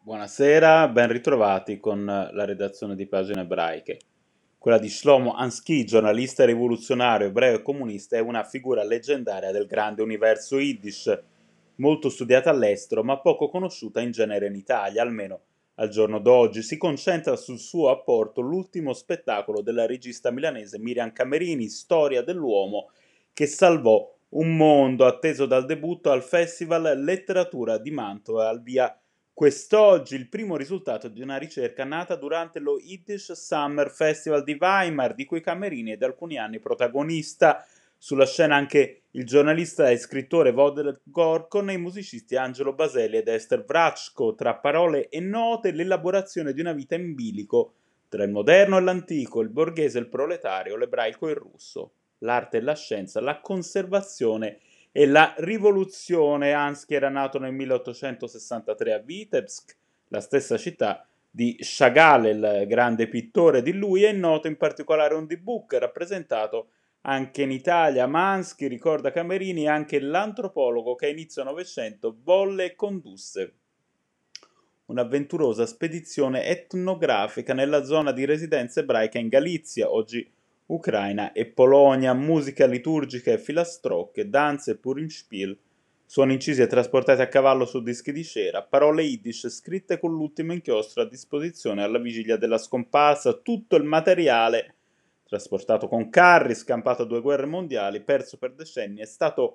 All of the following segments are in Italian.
Buonasera, ben ritrovati con la redazione di Pagine Ebraiche. Quella di Shlomo Ansky, giornalista rivoluzionario ebreo e comunista, è una figura leggendaria del grande universo Yiddish, molto studiata all'estero ma poco conosciuta in genere in Italia, almeno al giorno d'oggi. Si concentra sul suo apporto l'ultimo spettacolo della regista milanese Miriam Camerini, Storia dell'uomo, che salvò un mondo atteso dal debutto al Festival Letteratura di Mantova al via quest'oggi, il primo risultato di una ricerca nata durante lo Yiddish Summer Festival di Weimar, di cui Camerini è da alcuni anni protagonista. Sulla scena anche il giornalista e scrittore Wodel Gorkon e i musicisti Angelo Baselli ed Esther Vrachko. Tra parole e note, l'elaborazione di una vita in bilico tra il moderno e l'antico, il borghese e il proletario, l'ebraico e il russo, l'arte e la scienza, la conservazione e la rivoluzione. Ansky era nato nel 1863 a Vitebsk, la stessa città di Chagall, il grande pittore. Di lui è noto in particolare un D-Book rappresentato anche in Italia. Ma Ansky, ricorda Camerini, è anche l'antropologo che a inizio Novecento volle e condusse un'avventurosa spedizione etnografica nella zona di residenza ebraica in Galizia, oggi Ucraina e Polonia. Musica liturgica e filastrocche, danze e Purimspiel, suoni incisi e trasportati a cavallo su dischi di cera, parole yiddish scritte con l'ultimo inchiostro a disposizione alla vigilia della scomparsa. Tutto il materiale, trasportato con carri, scampato a 2 guerre mondiali, perso per decenni, è stato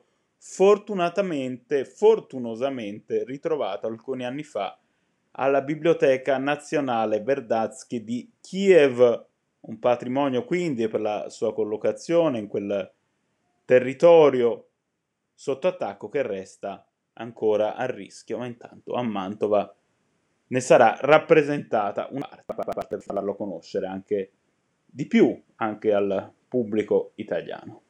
fortunosamente ritrovato alcuni anni fa alla Biblioteca Nazionale Verdadsky di Kiev, un patrimonio quindi per la sua collocazione in quel territorio sotto attacco che resta ancora a rischio, ma intanto a Mantova ne sarà rappresentata una parte per farlo conoscere anche di più anche al pubblico italiano.